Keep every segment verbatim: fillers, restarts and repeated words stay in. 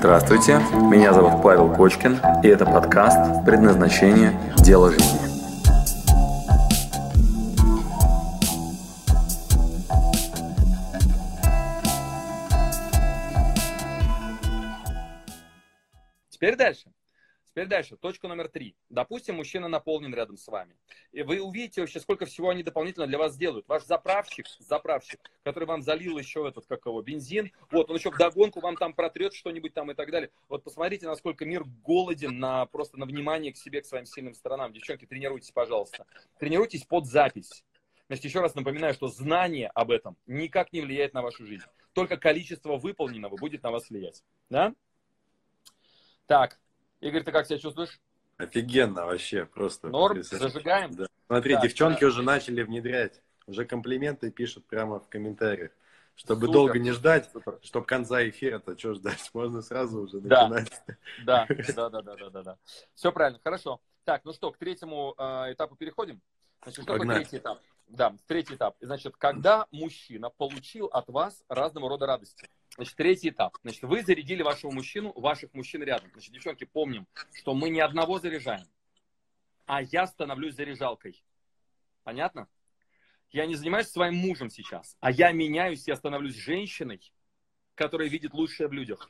Здравствуйте, меня зовут Павел Кочкин, и это подкаст «Предназначение. Дело жизни». Теперь дальше. Теперь дальше. Точка номер три. Допустим, мужчина наполнен рядом с вами. И вы увидите вообще, сколько всего они дополнительно для вас сделают. Ваш заправщик, заправщик, который вам залил еще этот, как его, бензин, вот, он еще вдогонку вам там протрет что-нибудь там и так далее. Вот посмотрите, насколько мир голоден на, просто на внимание к себе, к своим сильным сторонам. Девчонки, тренируйтесь, пожалуйста. Тренируйтесь под запись. Значит, еще раз напоминаю, что знание об этом никак не влияет на вашу жизнь. Только количество выполненного будет на вас влиять. Да? Так. Игорь, ты как себя чувствуешь? Офигенно вообще, просто. Норм, зажигаем. Да. Смотри, так, девчонки да. уже начали внедрять, уже комплименты пишут прямо в комментариях. Чтобы Супер. долго не ждать, Супер. чтобы конца эфира-то что ждать, можно сразу уже да. начинать. Да, да, да, да, да, да, да. Все правильно, хорошо. Так, ну что, к третьему э, этапу переходим. Значит, что такое третий этап? Да, третий этап. Значит, когда мужчина получил от вас разного рода радости. Значит, третий этап. Значит, вы зарядили вашего мужчину, ваших мужчин рядом. Значит, девчонки, помним, что мы не одного заряжаем, а я становлюсь заряжалкой. Понятно? Я не занимаюсь своим мужем сейчас, а я меняюсь, я становлюсь женщиной, которая видит лучшее в людях.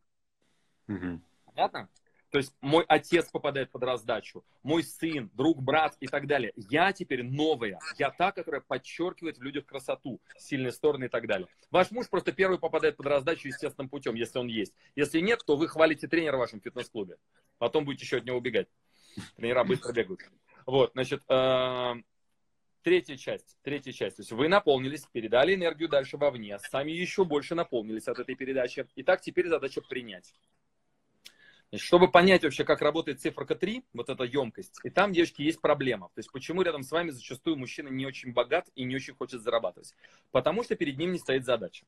Угу. Понятно? То есть мой отец попадает под раздачу, мой сын, друг, брат и так далее. Я теперь новая. Я та, которая подчеркивает в людях красоту, сильные стороны и так далее. Ваш муж просто первый попадает под раздачу естественным путем, если он есть. Если нет, то вы хвалите тренера в вашем фитнес-клубе. Потом будете еще от него убегать. Тренера быстро бегают. Вот, значит, э, третья часть. Третья часть. То есть вы наполнились, передали энергию дальше вовне, сами еще больше наполнились от этой передачи. Итак, теперь задача принять. Значит, чтобы понять вообще, как работает циферка три, вот эта емкость, и там, девочки, есть проблема. То есть, почему рядом с вами зачастую мужчина не очень богат и не очень хочет зарабатывать? Потому что перед ним не стоит задача.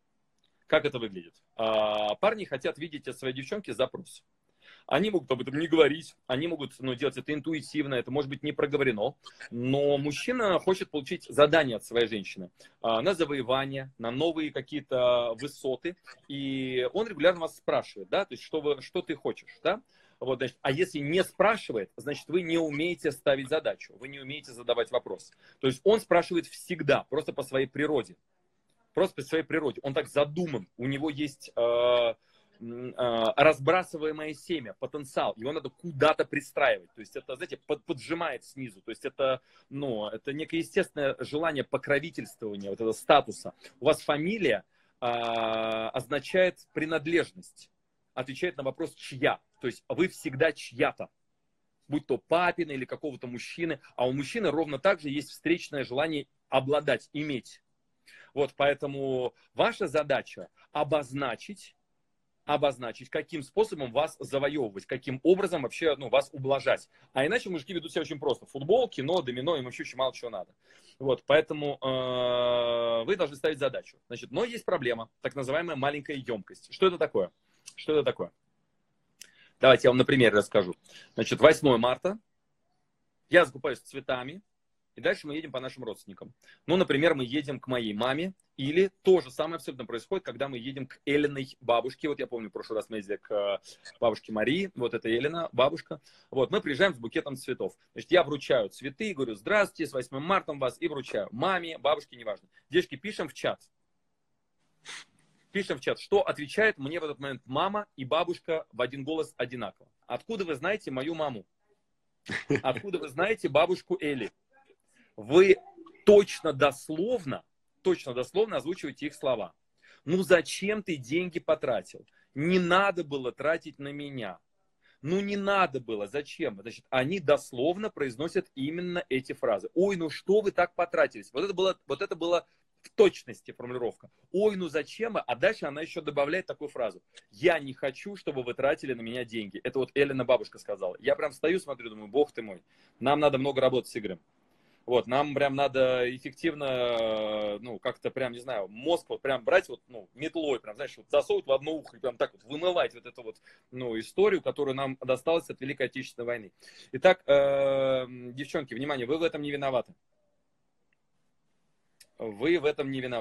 Как это выглядит? А, парни хотят видеть от своей девчонки запрос. Они могут об этом не говорить, они могут ну, делать это интуитивно, это может быть не проговорено, но мужчина хочет получить задание от своей женщины а, на завоевание, на новые какие-то высоты, и он регулярно вас спрашивает, да, то есть что, вы, что ты хочешь, да, вот, значит, а если не спрашивает, значит вы не умеете ставить задачу, вы не умеете задавать вопрос, то есть он спрашивает всегда, просто по своей природе, просто по своей природе, он так задуман, у него есть... Э, разбрасываемое семя, потенциал, его надо куда-то пристраивать, то есть это, знаете, под, поджимает снизу, то есть это, ну, это некое естественное желание покровительствования, вот этого статуса. У вас фамилия а, означает принадлежность, отвечает на вопрос чья, то есть вы всегда чья-то, будь то папина или какого-то мужчины, а у мужчины ровно так же есть встречное желание обладать, иметь. Вот, поэтому ваша задача обозначить, обозначить, каким способом вас завоевывать, каким образом вообще ну, вас ублажать. А иначе мужики ведут себя очень просто. Футбол, кино, домино, им вообще очень мало чего надо. Вот, поэтому э, вы должны ставить задачу. Значит, но есть проблема, так называемая маленькая емкость. Что это такое? Что это такое? Давайте я вам на примере расскажу. Значит, восьмое марта, я закупаюсь цветами, и дальше мы едем по нашим родственникам. Ну, например, мы едем к моей маме, или то же самое абсолютно происходит, когда мы едем к Элиной бабушке. Вот я помню, в прошлый раз мы ездили к бабушке Марии, вот это Элина, бабушка. Вот, мы приезжаем с букетом цветов. Значит, я вручаю цветы, говорю, здравствуйте, с восьмым марта вас, и вручаю маме, бабушке, неважно. Девочки, пишем в чат. Пишем в чат, что отвечает мне в этот момент мама и бабушка в один голос одинаково. Откуда вы знаете мою маму? Откуда вы знаете бабушку Эли? Вы точно дословно, точно дословно озвучиваете их слова. Ну зачем ты деньги потратил? Не надо было тратить на меня. Ну не надо было, зачем? Значит, они дословно произносят именно эти фразы. Ой, ну что вы так потратились? Вот это было, вот это было в точности формулировка. Ой, ну зачем? А дальше она еще добавляет такую фразу. Я не хочу, чтобы вы тратили на меня деньги. Это вот Элина бабушка сказала. Я прям стою, смотрю, думаю, бог ты мой. Нам надо много работать с Игорем. Вот, нам прям надо эффективно, ну, как-то прям, не знаю, мозг вот прям брать вот, ну, метлой, прям, знаешь, вот засовывать в одно ухо и прям так вот вымывать вот эту вот, ну, историю, которую нам досталась от Великой Отечественной войны. Итак, э, девчонки, внимание, вы в этом не виноваты. Вы в этом не виноваты.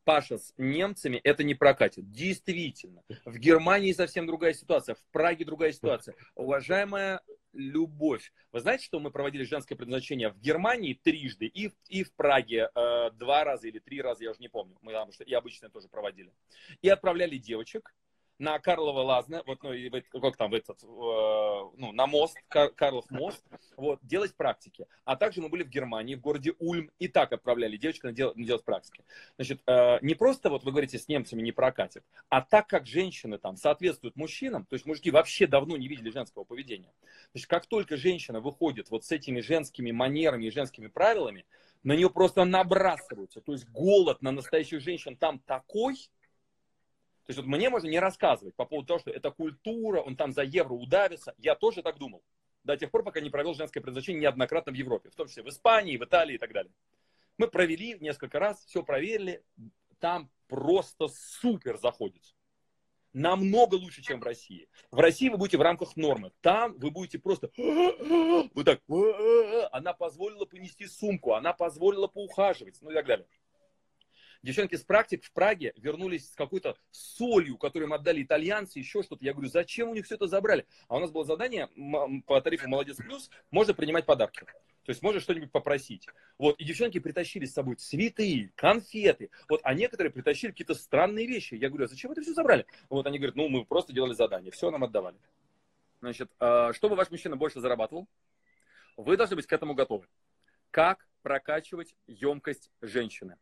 Паша, с немцами это не прокатит. Действительно. В Германии совсем другая ситуация. В Праге другая ситуация. Уважаемая Любовь, вы знаете, что мы проводили женское предназначение в Германии трижды и, и в Праге э, два раза или три раза, я уже не помню. Мы потому что и обычно тоже проводили. И отправляли девочек на Карлово Лазне, вот, ну, и, как там, в этот, э, ну, на мост, Кар, Карлов мост, вот, делать практики. А также мы были в Германии, в городе Ульм, и так отправляли девочек на, дел, на делать практики. Значит, э, не просто, вот вы говорите, с немцами не прокатит, а так как женщины там соответствуют мужчинам, то есть мужики вообще давно не видели женского поведения. Значит, как только женщина выходит вот с этими женскими манерами и женскими правилами, на нее просто набрасываются. То есть голод на настоящих женщин там такой. То есть вот мне можно не рассказывать по поводу того, что это культура, он там за евро удавится. Я тоже так думал. До тех пор, пока не провел женское предназначение неоднократно в Европе. В том числе в Испании, в Италии и так далее. Мы провели несколько раз, все проверили. Там просто супер заходит. Намного лучше, чем в России. В России вы будете в рамках нормы. Там вы будете просто... Вот так. Она позволила понести сумку, она позволила поухаживать, ну и так далее. Девчонки с практик в Праге вернулись с какой-то солью, которую им отдали итальянцы, еще что-то. Я говорю, зачем у них все это забрали? А у нас было задание по тарифу «Молодец плюс», можно принимать подарки. То есть можно что-нибудь попросить. Вот, и девчонки притащили с собой цветы, конфеты. Вот, а некоторые притащили какие-то странные вещи. Я говорю, а зачем вы это все забрали? Вот они говорят, ну мы просто делали задание, все нам отдавали. Значит, чтобы ваш мужчина больше зарабатывал, вы должны быть к этому готовы. Как прокачивать емкость женщины?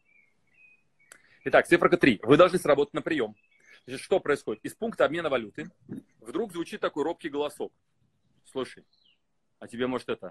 Итак, цифра три. Вы должны сработать на прием. Значит, что происходит? Из пункта обмена валюты вдруг звучит такой робкий голосок. Слушай, а тебе, может, это...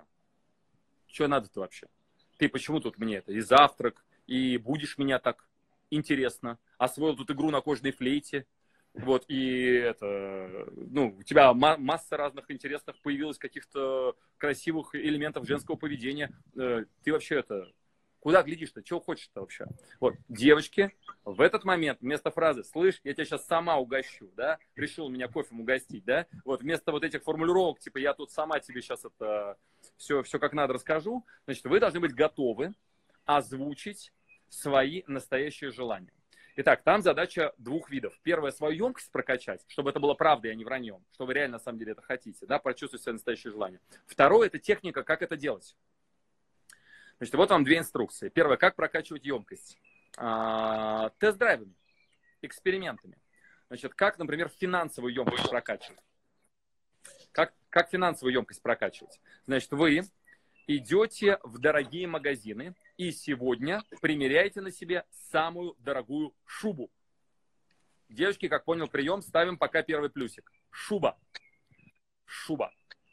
Что надо-то вообще? Ты почему тут мне это? И завтрак, и будешь меня так интересно. Освоил тут игру на кожаной флейте. Вот, и это... Ну, у тебя масса разных интересных появилось каких-то красивых элементов женского поведения. Ты вообще это... Куда глядишь-то? Чего хочешь-то вообще? Вот, девочки, в этот момент вместо фразы «Слышь, я тебя сейчас сама угощу», да, решил меня кофем угостить, да, вот вместо вот этих формулировок, типа «я тут сама тебе сейчас это все, все как надо расскажу», значит, вы должны быть готовы озвучить свои настоящие желания. Итак, там задача двух видов. Первое, свою емкость прокачать, чтобы это было правдой, а не враньем, что вы реально на самом деле это хотите, да, прочувствовать свои настоящие желания. Второе, это техника, как это делать. Значит, вот вам две инструкции. Первое, как прокачивать емкость. А, тест-драйвами, экспериментами. Значит, как, например, финансовую емкость прокачивать. Как, как финансовую емкость прокачивать? Значит, вы идете в дорогие магазины и сегодня примеряете на себе самую дорогую шубу. Девочки, как понял прием, ставим пока первый плюсик. Шуба. Шуба.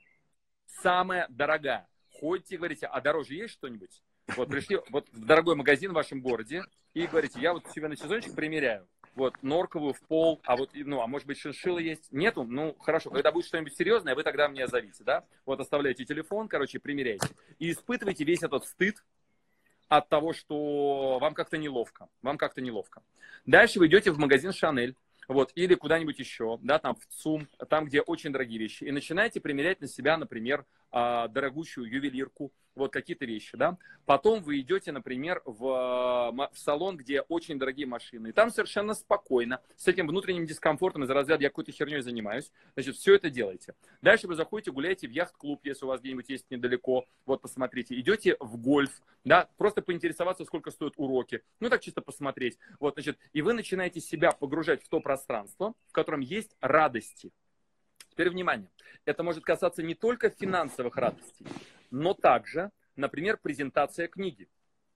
Самая дорогая. Ходите и говорите, а дороже есть что-нибудь? Вот пришли вот в дорогой магазин в вашем городе и говорите, я вот себе на сезончик примеряю. Вот норковую в пол, а вот, ну, а может быть шиншилла есть? Нету? Ну, хорошо, когда будет что-нибудь серьезное, вы тогда мне зовите, да? Вот оставляете телефон, короче, примеряйте. И испытываете весь этот стыд от того, что вам как-то неловко. Вам как-то неловко. Дальше вы идете в магазин Шанель. Вот, или куда-нибудь еще, да, там в ЦУМ, там, где очень дорогие вещи, и начинаете примерять на себя, например, дорогущую ювелирку, вот какие-то вещи, да. Потом вы идете, например, в, в салон, где очень дорогие машины, и там совершенно спокойно, с этим внутренним дискомфортом из-за разряда «я какой-то херней занимаюсь», значит, все это делаете. Дальше вы заходите, гуляете в яхт-клуб, если у вас где-нибудь есть недалеко, вот, посмотрите, идете в гольф, да, просто поинтересоваться, сколько стоят уроки, ну, так чисто посмотреть, вот, значит, и вы начинаете себя погружать в то пространство, в котором есть радости. Теперь внимание, это может касаться не только финансовых радостей, но также, например, презентация книги.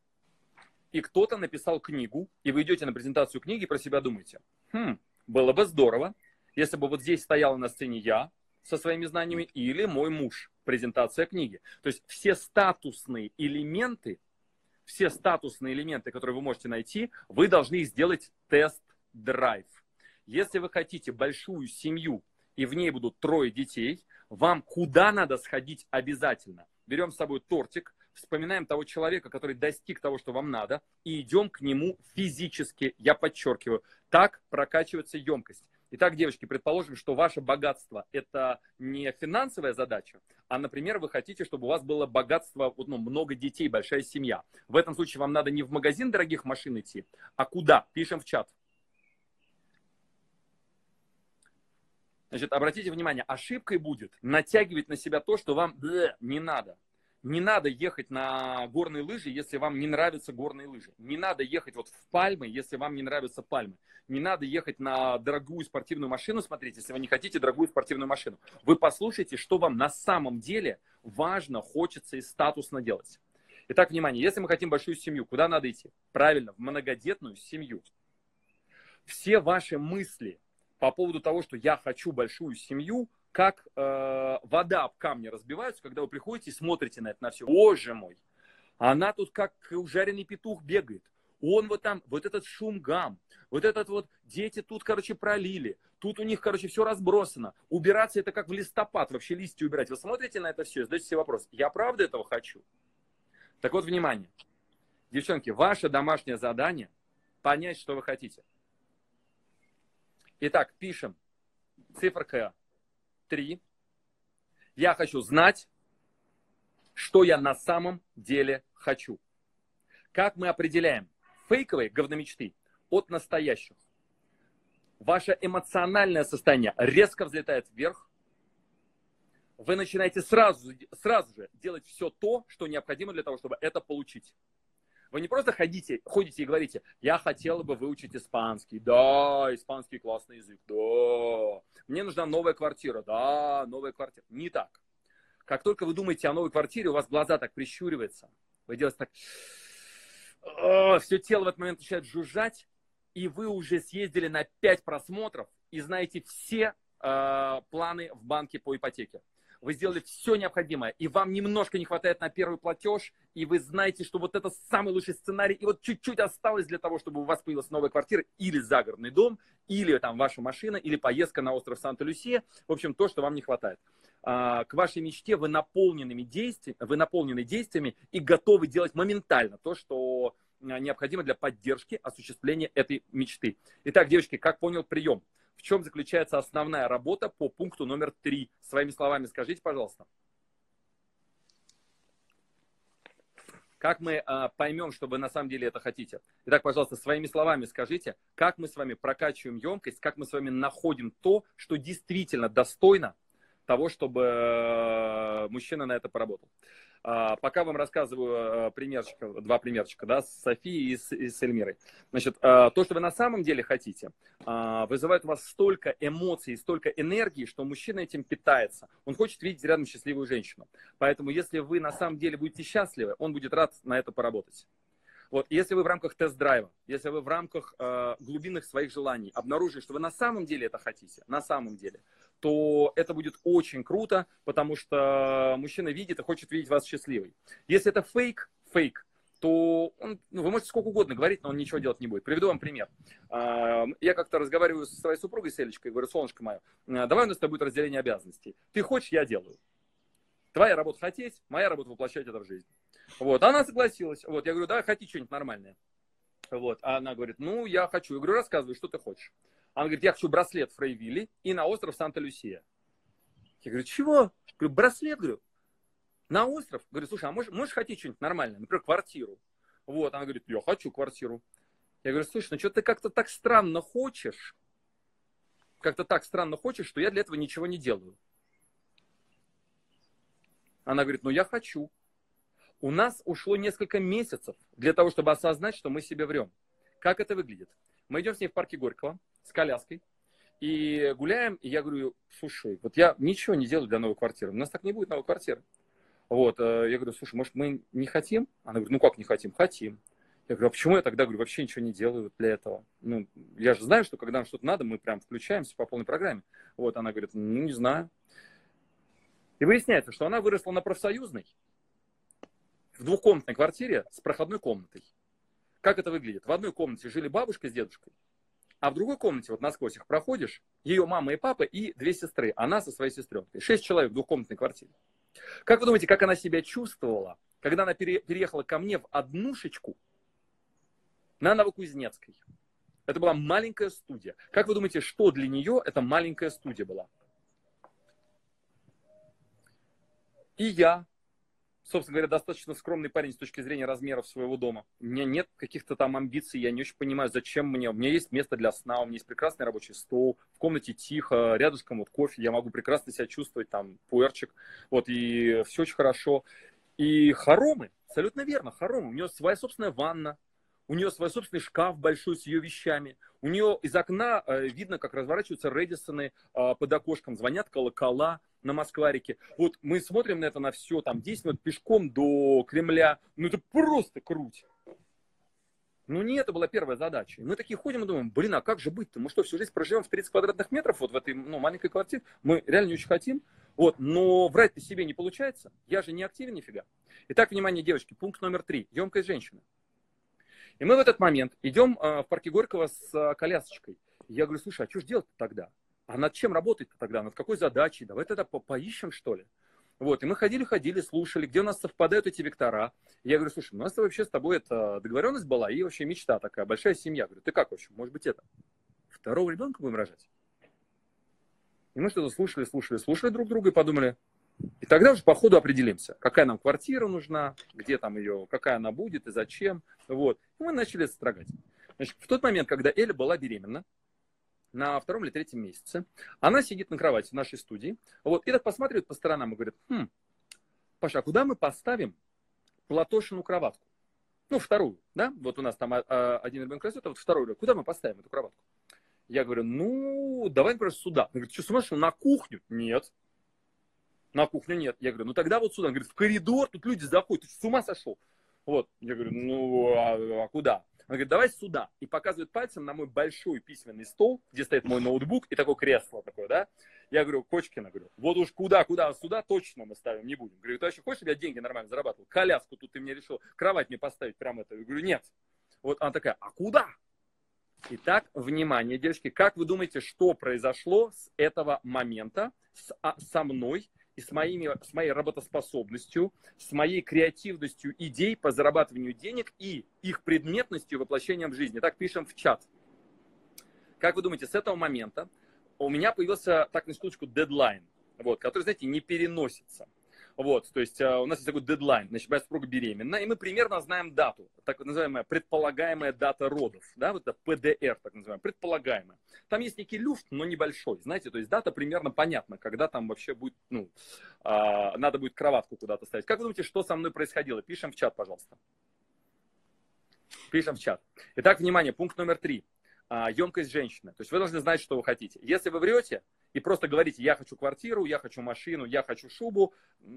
И кто-то написал книгу, и вы идете на презентацию книги и про себя думаете, хм, было бы здорово, если бы вот здесь стояла на сцене я со своими знаниями или мой муж, презентация книги. То есть все статусные элементы, все статусные элементы, которые вы можете найти, вы должны сделать тест-драйв. Если вы хотите большую семью, и в ней будут трое детей, вам куда надо сходить обязательно? Берем с собой тортик, вспоминаем того человека, который достиг того, что вам надо, и идем к нему физически, я подчеркиваю. Так прокачивается емкость. Итак, девочки, предположим, что ваше богатство – это не финансовая задача, а, например, вы хотите, чтобы у вас было богатство, ну, много детей, большая семья. В этом случае вам надо не в магазин дорогих машин идти, а куда? Пишем в чат. Значит, обратите внимание, ошибкой будет натягивать на себя то, что вам не надо. Не надо ехать на горные лыжи, если вам не нравятся горные лыжи. Не надо ехать вот в пальмы, если вам не нравятся пальмы. Не надо ехать на дорогую спортивную машину, смотрите, если вы не хотите дорогую спортивную машину. Вы послушайте, что вам на самом деле важно, хочется и статусно делать. Итак, внимание, если мы хотим большую семью, куда надо идти? Правильно, в многодетную семью. Все ваши мысли по поводу того, что я хочу большую семью, как э, вода об камни разбиваются, когда вы приходите и смотрите на это, на все. Боже мой, она тут как ужаренный петух бегает. Он вот там, вот этот шум гам, вот этот вот, дети тут, короче, пролили. Тут у них, короче, все разбросано. Убираться это как в листопад, вообще листья убирать. Вы смотрите на это все и задаете себе вопрос, я правда этого хочу? Так вот, внимание. Девчонки, ваше домашнее задание понять, что вы хотите. Итак, пишем циферка три. Я хочу знать, что я на самом деле хочу. Как мы определяем фейковые говномечты от настоящих? Ваше эмоциональное состояние резко взлетает вверх. Вы начинаете сразу, сразу же делать все то, что необходимо для того, чтобы это получить. Вы не просто ходите, ходите и говорите, я хотела бы выучить испанский. Да, испанский классный язык. Да. Мне нужна новая квартира. Да, новая квартира. Не так. Как только вы думаете о новой квартире, у вас глаза так прищуриваются. Вы делаете так. Все тело в этот момент начинает жужжать. И вы уже съездили на пять просмотров и знаете все э, планы в банке по ипотеке. Вы сделали все необходимое, и вам немножко не хватает на первый платеж, и вы знаете, что вот это самый лучший сценарий, и вот чуть-чуть осталось для того, чтобы у вас появилась новая квартира, или загородный дом, или там ваша машина, или поездка на остров Санта-Люсия. В общем, то, что вам не хватает. К вашей мечте вы наполненными действиями, вы наполнены действиями и готовы делать моментально то, что необходимо для поддержки осуществления этой мечты. Итак, девочки, как понял прием? В чем заключается основная работа по пункту номер три? Своими словами скажите, пожалуйста. Как мы а, поймем, что вы на самом деле это хотите? Итак, пожалуйста, своими словами скажите, как мы с вами прокачиваем емкость, как мы с вами находим то, что действительно достойно того, чтобы мужчина на это поработал. А, пока вам рассказываю примерчика, два примерчика, да, с Софией и с, и с Эльмирой. Значит, а, то, что вы на самом деле хотите, а, вызывает у вас столько эмоций, столько энергии, что мужчина этим питается. Он хочет видеть рядом счастливую женщину. Поэтому, если вы на самом деле будете счастливы, он будет рад на это поработать. Вот, если вы в рамках тест-драйва, если вы в рамках э, глубинных своих желаний обнаружили, что вы на самом деле это хотите, на самом деле, то это будет очень круто, потому что мужчина видит и хочет видеть вас счастливой. Если это фейк, фейк, то он, ну, вы можете сколько угодно говорить, но он ничего делать не будет. Приведу вам пример. Э, я как-то разговариваю со своей супругой, с Элечкой, говорю, солнышко мое, э, давай у нас с тобой будет разделение обязанностей. Ты хочешь, я делаю. Твоя работа хотеть, моя работа воплощать это в жизнь. Вот, она согласилась. Вот, я говорю, да, хоти что-нибудь нормальное. Вот, а она говорит, ну, я хочу. Я говорю, рассказывай, что ты хочешь. Она говорит, я хочу браслет Фрейвилли и на остров Санта-Люсия. Я говорю, чего? Я говорю, браслет, говорю, на остров. Говорю, слушай, а можешь, можешь хотеть что-нибудь нормальное? Например, квартиру. Вот, она говорит, я хочу квартиру. Я говорю, слушай, ну что ты как-то так странно хочешь, как-то так странно хочешь, что я для этого ничего не делаю. Она говорит, ну я хочу. У нас ушло несколько месяцев для того, чтобы осознать, что мы себе врем. Как это выглядит? Мы идем с ней в парке Горького с коляской и гуляем, и я говорю, слушай, вот я ничего не делаю для новой квартиры, у нас так не будет новой квартиры. Вот, я говорю, слушай, может мы не хотим? Она говорит, ну как не хотим? Хотим. Я говорю, а почему я тогда, говорю, вообще ничего не делаю для этого? Ну, я же знаю, что когда нам что-то надо, мы прям включаемся по полной программе. Вот, она говорит, ну не знаю. И выясняется, что она выросла на Профсоюзной, в двухкомнатной квартире с проходной комнатой. Как это выглядит? В одной комнате жили бабушка с дедушкой, а в другой комнате, вот насквозь их проходишь, ее мама и папа и две сестры, она со своей сестренкой. Шесть человек в двухкомнатной квартире. Как вы думаете, как она себя чувствовала, когда она переехала ко мне в однушечку на Новокузнецкой? Это была маленькая студия. Как вы думаете, что для нее эта маленькая студия была? И я, собственно говоря, достаточно скромный парень с точки зрения размеров своего дома. У меня нет каких-то там амбиций, я не очень понимаю, зачем мне. У меня есть место для сна, у меня есть прекрасный рабочий стол, в комнате тихо, рядышком вот кофе, я могу прекрасно себя чувствовать, там, пуэрчик, вот, и все очень хорошо. И хоромы, абсолютно верно, хоромы. У нее своя собственная ванна, у нее свой собственный шкаф большой с ее вещами. У нее из окна э, видно, как разворачиваются Рэдисоны э, под окошком, звонят колокола на Москварике. Вот мы смотрим на это, на все, там десять минут пешком до Кремля. Ну это просто круть. Ну не это была первая задача. И мы такие ходим и думаем, блин, а как же быть-то? Мы что, всю жизнь проживем в тридцать квадратных метров вот в этой ну, маленькой квартире? Мы реально не очень хотим. Вот, но врать-то себе не получается. Я же не активен нифига. Итак, внимание, девочки, пункт номер три. Емкость женщины. И мы в этот момент идем э, в парке Горького с э, колясочкой. Я говорю, слушай, а что же делать-то тогда? А над чем работать-то тогда? Над какой задачей? Давай тогда по поищем, что ли? Вот, и мы ходили-ходили, слушали, где у нас совпадают эти вектора. И я говорю, слушай, у нас вообще с тобой это договоренность была и вообще мечта такая, большая семья. Я говорю, ты как вообще? Может быть это? Второго ребенка будем рожать? И мы что-то слушали, слушали, слушали друг друга и подумали, и тогда уже по ходу определимся, какая нам квартира нужна, где там ее, какая она будет и зачем. Вот. И мы начали строгать. Значит, в тот момент, когда Эля была беременна, на втором или третьем месяце, она сидит на кровати в нашей студии, вот, и так посматривает по сторонам и говорит, хм, Паша, а куда мы поставим Платошину кроватку? Ну, вторую, да? Вот у нас там один ребенок растет, а вот вторую. Куда мы поставим эту кроватку? Я говорю, ну, давай, например, сюда. Он говорит, что, с ума шел, на кухню? Нет. На кухню нет. Я говорю, ну тогда вот сюда. Он говорит, в коридор, тут люди заходят. Ты что, с ума сошел? Вот. Я говорю, ну, а, а куда? Он говорит, давай сюда. И показывает пальцем на мой большой письменный стол, где стоит мой ноутбук и такое кресло такое, да? Я говорю, Кочкина, говорю, вот уж куда, куда, сюда точно мы ставим не будем. Говорю, ты вообще хочешь, чтобы я деньги нормально зарабатывал? Коляску тут ты мне решил, кровать мне поставить прямо это. Я говорю, нет. Вот она такая, а куда? Итак, внимание, девочки, как вы думаете, что произошло с этого момента с, а, со мной и с, моими, с моей работоспособностью, с моей креативностью идей по зарабатыванию денег и их предметностью воплощением в жизни? Так, пишем в чат. Как вы думаете, с этого момента у меня появился, так на секундочку, дедлайн, вот, который, знаете, не переносится. Вот, то есть у нас есть такой дедлайн, значит, моя супруга беременна, и мы примерно знаем дату, так называемая предполагаемая дата родов, да, вот это пэ дэ эр, так называемая, предполагаемая. Там есть некий люфт, но небольшой, знаете, то есть дата примерно понятна, когда там вообще будет, ну, а, надо будет кроватку куда-то ставить. Как вы думаете, что со мной происходило? Пишем в чат, пожалуйста. Пишем в чат. Итак, внимание, пункт номер три. Емкость женщины. То есть вы должны знать, что вы хотите. Если вы врете и просто говорите, я хочу квартиру, я хочу машину, я хочу шубу,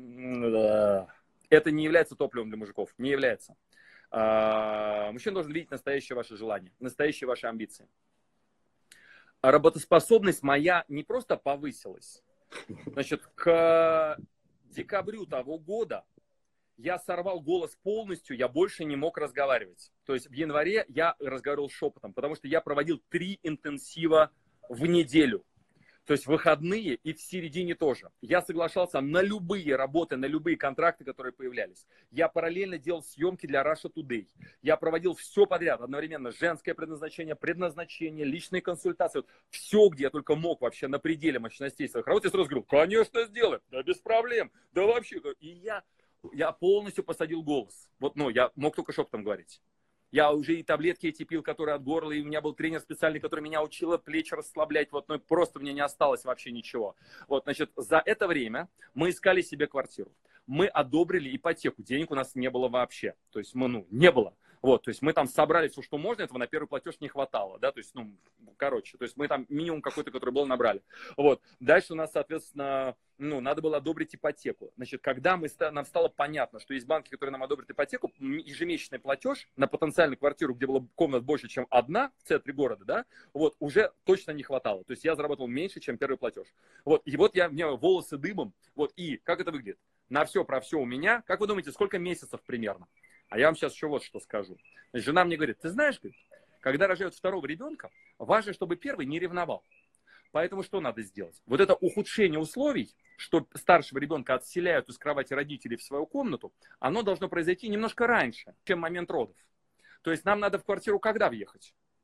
это не является топливом для мужиков. Не является. Мужчина должен видеть настоящее ваше желание, настоящие ваши амбиции. Работоспособность моя не просто повысилась. Значит, к декабрю того года я сорвал голос полностью, я больше не мог разговаривать. То есть в январе я разговаривал шепотом, потому что я проводил три интенсива в неделю. То есть выходные и в середине тоже. Я соглашался на любые работы, на любые контракты, которые появлялись. Я параллельно делал съемки для Russia Today. Я проводил все подряд, одновременно женское предназначение, предназначение, личные консультации. Вот все, где я только мог вообще на пределе мощностей своих работ. Я сразу говорю, конечно, сделаем, да без проблем, да вообще. И я... Я полностью посадил голос. Вот, ну, я мог только шепотом говорить. Я уже и таблетки эти пил, которые от горла, и у меня был тренер специальный, который меня учил плечи расслаблять. Вот, ну, просто мне не осталось вообще ничего. Вот, значит, за это время мы искали себе квартиру. Мы одобрили ипотеку. Денег у нас не было вообще. То есть, мы, ну, не было. Вот, то есть мы там собрали все, что можно, этого на первый платеж не хватало, да, то есть, ну, короче, то есть мы там минимум какой-то, который был, набрали. Вот, дальше у нас, соответственно, ну, надо было одобрить ипотеку. Значит, когда мы, нам стало понятно, что есть банки, которые нам одобрят ипотеку, ежемесячный платеж на потенциальную квартиру, где было комнат больше, чем одна в центре города, да, вот, уже точно не хватало. То есть я заработал меньше, чем первый платеж. Вот, и вот я, у меня волосы дымом, вот, и как это выглядит? На все про все у меня, как вы думаете, сколько месяцев примерно? А я вам сейчас еще вот что скажу. Значит, жена мне говорит, ты знаешь, говорит, когда рожают второго ребенка, важно, чтобы первый не ревновал. Поэтому что надо сделать? Вот это ухудшение условий, что старшего ребенка отселяют из кровати родителей в свою комнату, оно должно произойти немножко раньше, чем момент родов. То есть нам надо в квартиру когда въехать?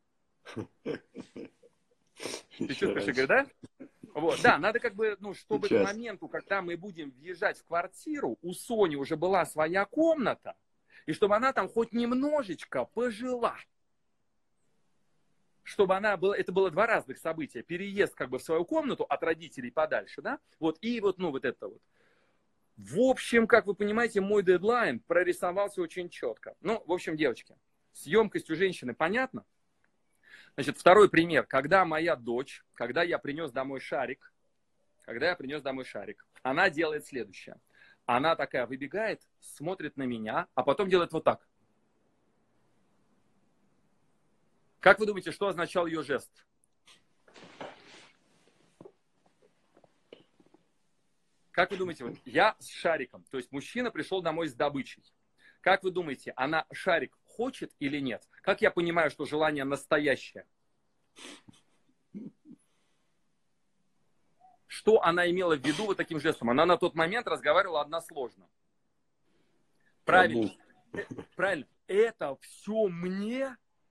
Ты чувствуешь, Игорь, да? Вот, да, надо как бы, ну, чтобы Сейчас. к моменту, когда мы будем въезжать в квартиру, у Сони уже была своя комната, и чтобы она там хоть немножечко пожила. Чтобы она была, это было два разных события. Переезд как бы в свою комнату от родителей подальше, да? Вот, и вот, ну, вот это вот. В общем, как вы понимаете, мой дедлайн прорисовался очень четко. Ну, в общем, девочки, с емкостью женщины понятно? Значит, второй пример. Когда моя дочь, когда я принес домой шарик, когда я принес домой шарик, она делает следующее. Она такая выбегает, смотрит на меня, а потом делает вот так. Как вы думаете, что означал ее жест? Как вы думаете, вот я с шариком, то есть мужчина пришел домой с добычей. Как вы думаете, она шарик хочет или нет? Как я понимаю, что желание настоящее? Что она имела в виду вот таким жестом? Она на тот момент разговаривала односложно. Правильно. Правильно. Это все мне?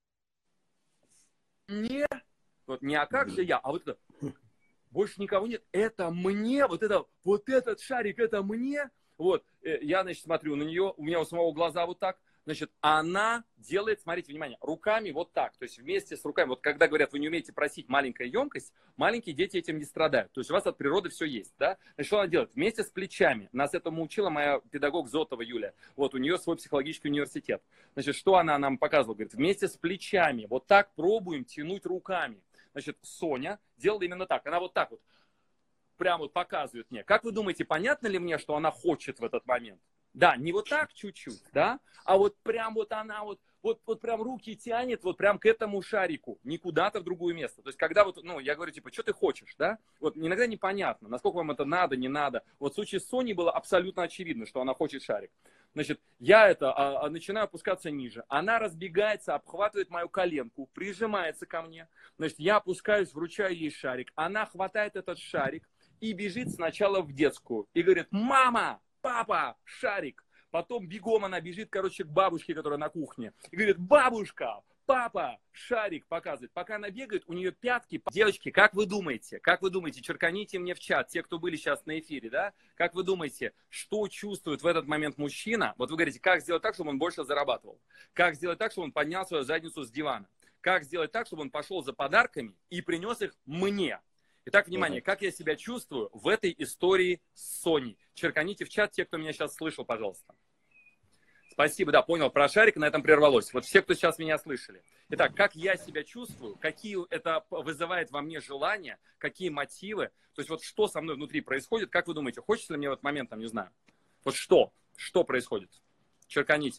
Мне? Вот не а как же я, а вот это. Больше никого нет. Это мне. Вот это, вот этот шарик, это мне. Вот. Я, значит, смотрю на нее. У меня у самого глаза вот так. Значит, она делает, смотрите, внимание, руками вот так. То есть вместе с руками. Вот когда говорят, вы не умеете просить маленькая емкость, маленькие дети этим не страдают. То есть у вас от природы все есть. Да? Значит, что она делает? Вместе с плечами. Нас этому учила моя педагог Зотова Юля. Вот у нее свой психологический университет. Значит, что она нам показывала? Говорит, вместе с плечами. Вот так пробуем тянуть руками. Значит, Соня делала именно так. Она вот так вот прям вот показывает мне. Как вы думаете, понятно ли мне, что она хочет в этот момент? Да, не вот так чуть-чуть, да, а вот прям вот она вот, вот, вот прям руки тянет вот прям к этому шарику, не куда-то в другое место. То есть, когда вот, ну, я говорю, типа, что ты хочешь, да? Вот иногда непонятно, насколько вам это надо, не надо. Вот в случае с Соней было абсолютно очевидно, что она хочет шарик. Значит, я это а, а, начинаю опускаться ниже. Она разбегается, обхватывает мою коленку, прижимается ко мне. Значит, я опускаюсь, вручаю ей шарик. Она хватает этот шарик и бежит сначала в детскую. И говорит, мама, папа, шарик. Потом бегом она бежит, короче, к бабушке, которая на кухне. И говорит, бабушка, папа, шарик показывает. Пока она бегает, у нее пятки. Девочки, как вы думаете, как вы думаете, черканите мне в чат, те, кто были сейчас на эфире, да? Как вы думаете, что чувствует в этот момент мужчина? Вот вы говорите, как сделать так, чтобы он больше зарабатывал? Как сделать так, чтобы он поднял свою задницу с дивана? Как сделать так, чтобы он пошел за подарками и принес их мне? Итак, внимание, как я себя чувствую в этой истории с Соней? Черканите в чат те, кто меня сейчас слышал, пожалуйста. Спасибо, да, понял, про шарик, на этом прервалось. Вот все, кто сейчас меня слышали. Итак, как я себя чувствую, какие это вызывает во мне желания, какие мотивы, то есть вот что со мной внутри происходит, как вы думаете, хочется ли мне в этот момент, там, не знаю, вот что, что происходит? Черканите.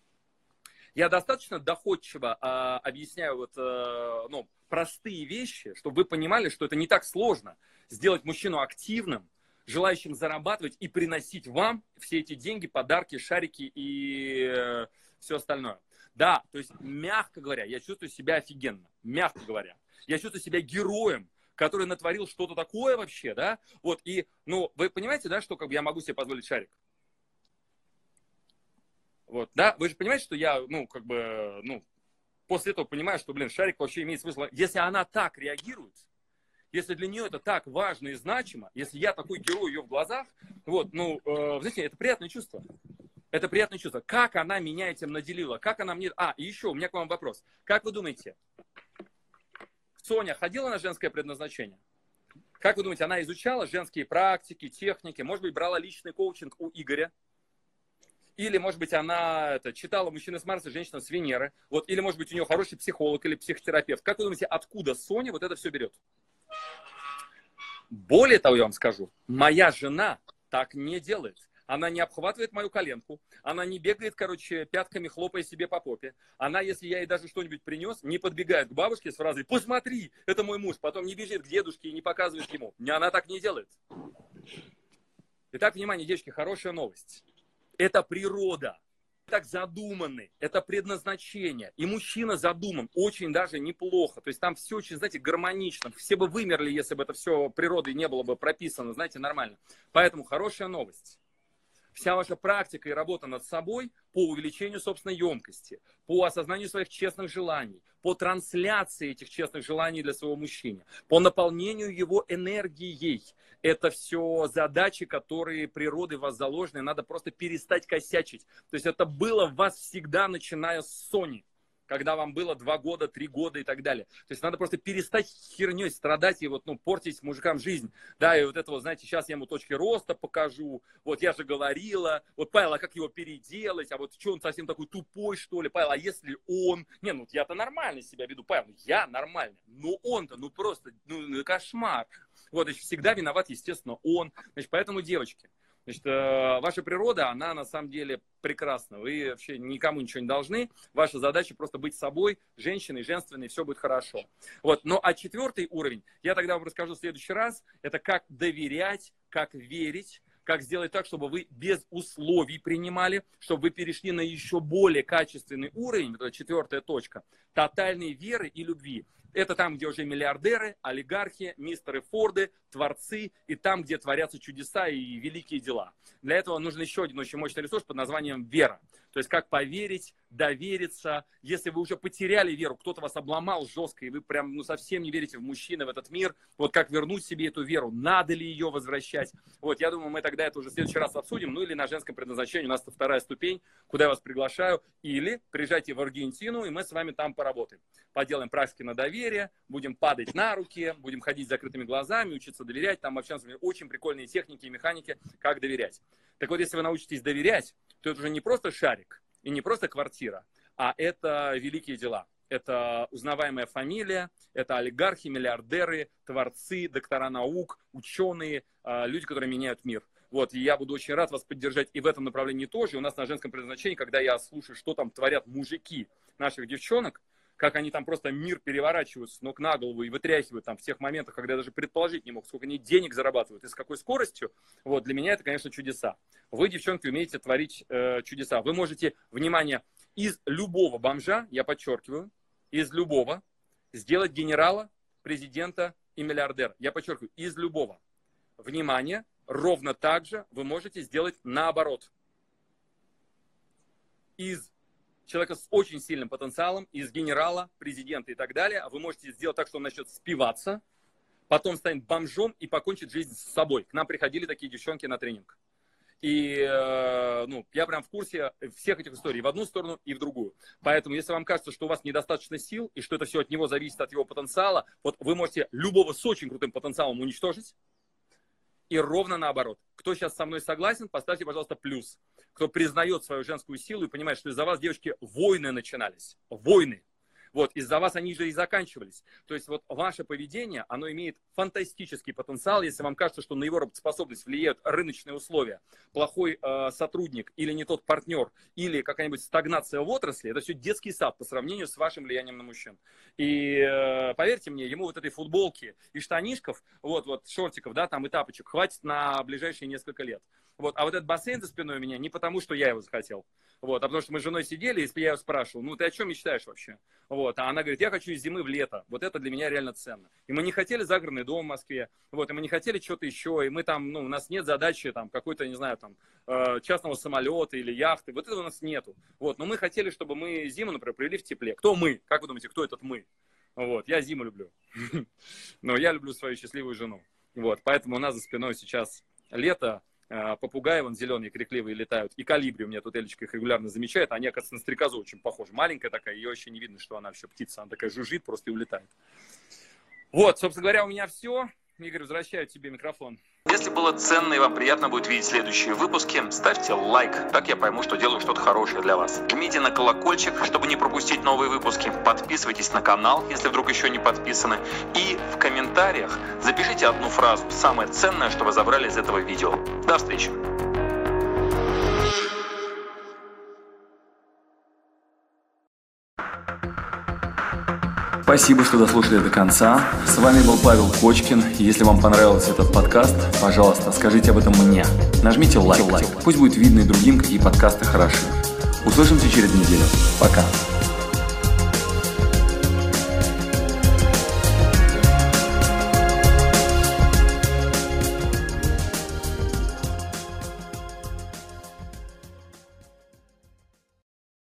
Я достаточно доходчиво э, объясняю вот, э, ну, простые вещи, чтобы вы понимали, что это не так сложно сделать мужчину активным, желающим зарабатывать и приносить вам все эти деньги, подарки, шарики и э, все остальное. Да, то есть, мягко говоря, я чувствую себя офигенно, мягко говоря. Я чувствую себя героем, который натворил что-то такое вообще, да. Вот, и, ну, вы понимаете, да, что как бы я могу себе позволить шарик? Вот, да, вы же понимаете, что я, ну, как бы, ну, после этого понимаю, что, блин, шарик вообще имеет смысл. Если она так реагирует, если для нее это так важно и значимо, если я такой герой ее в глазах, вот, ну, э, знаете, это приятное чувство. Это приятное чувство. Как она меня этим наделила? Как она мне... А, и еще у меня к вам вопрос. Как вы думаете, Соня ходила на женское предназначение? Как вы думаете, она изучала женские практики, техники? Может быть, брала личный коучинг у Игоря? Или, может быть, она это, читала «Мужчина с Марса, женщина с Венеры». Вот, или, может быть, у нее хороший психолог или психотерапевт. Как вы думаете, откуда Соня вот это все берет? Более того, я вам скажу, моя жена так не делает. Она не обхватывает мою коленку, она не бегает, короче, пятками, хлопая себе по попе. Она, если я ей даже что-нибудь принес, не подбегает к бабушке с фразой «Посмотри, это мой муж», потом не бежит к дедушке и не показывает ему. Она так не делает. Итак, внимание, девочки, хорошая новость. Это природа. Так задуманы. Это предназначение. И мужчина задуман очень даже неплохо. То есть там все очень, знаете, гармонично. Все бы вымерли, если бы это все природой не было бы прописано, знаете, нормально. Поэтому хорошая новость. Вся ваша практика и работа над собой по увеличению собственной емкости, по осознанию своих честных желаний, по трансляции этих честных желаний для своего мужчины, по наполнению его энергией. Это все задачи, которые природой в вас заложены, надо просто перестать косячить. То есть это было в вас всегда, начиная с Сони, когда вам было два года, три года и так далее. То есть надо просто перестать херней страдать и вот, ну, портить мужикам жизнь. Да, и вот это вот, знаете, сейчас я ему точки роста покажу, вот я же говорила, вот, Павел, а как его переделать, а вот что он совсем такой тупой, что ли, Павел, а если он... Не, ну, я-то нормально себя веду, Павел, я нормально, но он-то, ну, просто, ну, кошмар. Вот, значит, всегда виноват, естественно, он. Значит, поэтому, девочки, значит, ваша природа, она на самом деле прекрасна. Вы вообще никому ничего не должны. Ваша задача просто быть собой, женщиной, женственной, и все будет хорошо. Вот. Ну, а четвертый уровень, я тогда вам расскажу в следующий раз, это как доверять, как верить, как сделать так, чтобы вы без условий принимали, чтобы вы перешли на еще более качественный уровень, это четвертая точка, тотальной веры и любви. Это там, где уже миллиардеры, олигархи, мистеры Форды, творцы, и там, где творятся чудеса и великие дела. Для этого нужен еще один очень мощный ресурс под названием вера. То есть как поверить, довериться. Если вы уже потеряли веру, кто-то вас обломал жестко, и вы прям ну, совсем не верите в мужчин, в этот мир, вот как вернуть себе эту веру, надо ли ее возвращать. Вот, я думаю, мы тогда это уже в следующий раз обсудим, ну или на женском предназначении, у нас это вторая ступень, куда я вас приглашаю, или приезжайте в Аргентину, и мы с вами там поработаем. Поделаем практики на доверие, будем падать на руки, будем ходить с закрытыми глазами, учиться доверять, там вообще очень прикольные техники и механики, как доверять. Так вот, если вы научитесь доверять, то это уже не просто шарик и не просто квартира, а это великие дела. Это узнаваемая фамилия, это олигархи, миллиардеры, творцы, доктора наук, ученые, люди, которые меняют мир. Вот, и я буду очень рад вас поддержать и в этом направлении тоже. У нас на женском предназначении, когда я слушаю, что там творят мужики наших девчонок, как они там просто мир переворачивают с ног на голову и вытряхивают там в тех моментах, когда я даже предположить не мог, сколько они денег зарабатывают и с какой скоростью. Вот, для меня это, конечно, чудеса. Вы, девчонки, умеете творить э, чудеса. Вы можете, внимание, из любого бомжа, я подчеркиваю, из любого сделать генерала, президента и миллиардера. Я подчеркиваю, из любого. Внимание, ровно так же вы можете сделать наоборот. Из человека с очень сильным потенциалом, из генерала, президента и так далее, вы можете сделать так, что он начнет спиваться, потом станет бомжом и покончит жизнь с собой. К нам приходили такие девчонки на тренинг. И э, ну, я прям в курсе всех этих историй, в одну сторону и в другую. Поэтому, если вам кажется, что у вас недостаточно сил, и что это все от него зависит, от его потенциала, вот вы можете любого с очень крутым потенциалом уничтожить, и ровно наоборот. Кто сейчас со мной согласен, поставьте, пожалуйста, плюс. Кто признает свою женскую силу и понимает, что из-за вас, девочки, войны начинались. Войны. Вот, из-за вас они же и заканчивались. То есть вот ваше поведение, оно имеет фантастический потенциал, если вам кажется, что на его работоспособность влияют рыночные условия, плохой э, сотрудник или не тот партнер, или какая-нибудь стагнация в отрасли, это все детский сад по сравнению с вашим влиянием на мужчин. И э, поверьте мне, ему вот этой футболки и штанишков, вот, вот, шортиков, да, там и тапочек, хватит на ближайшие несколько лет. Вот, а вот этот бассейн за спиной у меня не потому, что я его захотел, вот, а потому что мы с женой сидели, и я ее спрашивал, ну ты о чем мечтаешь вообще? Вот, а она говорит, я хочу из зимы в лето, вот это для меня реально ценно. И мы не хотели загородный дом в Москве, вот, и мы не хотели что-то еще, и мы там, ну, у нас нет задачи там какой-то, не знаю, там, частного самолета или яхты, вот этого у нас нету. Вот, но мы хотели, чтобы мы зиму, например, провели в тепле. Кто мы? Как вы думаете, кто этот мы? Вот, я зиму люблю, но я люблю свою счастливую жену. Вот, поэтому у нас за спиной сейчас лето. Попугаи вон зеленые, крикливые летают. И колибри у меня тут Элечка их регулярно замечает. Они, оказывается, на стрекозу очень похожи. Маленькая такая, ее вообще не видно, что она вообще птица. Она такая жужжит просто и улетает. Вот, собственно говоря, у меня все. Игорь, возвращаю тебе микрофон. Если было ценно и вам приятно будет видеть следующие выпуски, ставьте лайк. Так я пойму, что делаю что-то хорошее для вас. Жмите на колокольчик, чтобы не пропустить новые выпуски. Подписывайтесь на канал, если вдруг еще не подписаны. И в комментариях запишите одну фразу, самое ценное, что вы забрали из этого видео. До встречи. Спасибо, что дослушали до конца. С вами был Павел Кочкин. Если вам понравился этот подкаст, пожалуйста, скажите об этом мне. Нажмите лайк. Пусть будет видно и другим, какие подкасты хороши. Услышимся через неделю. Пока.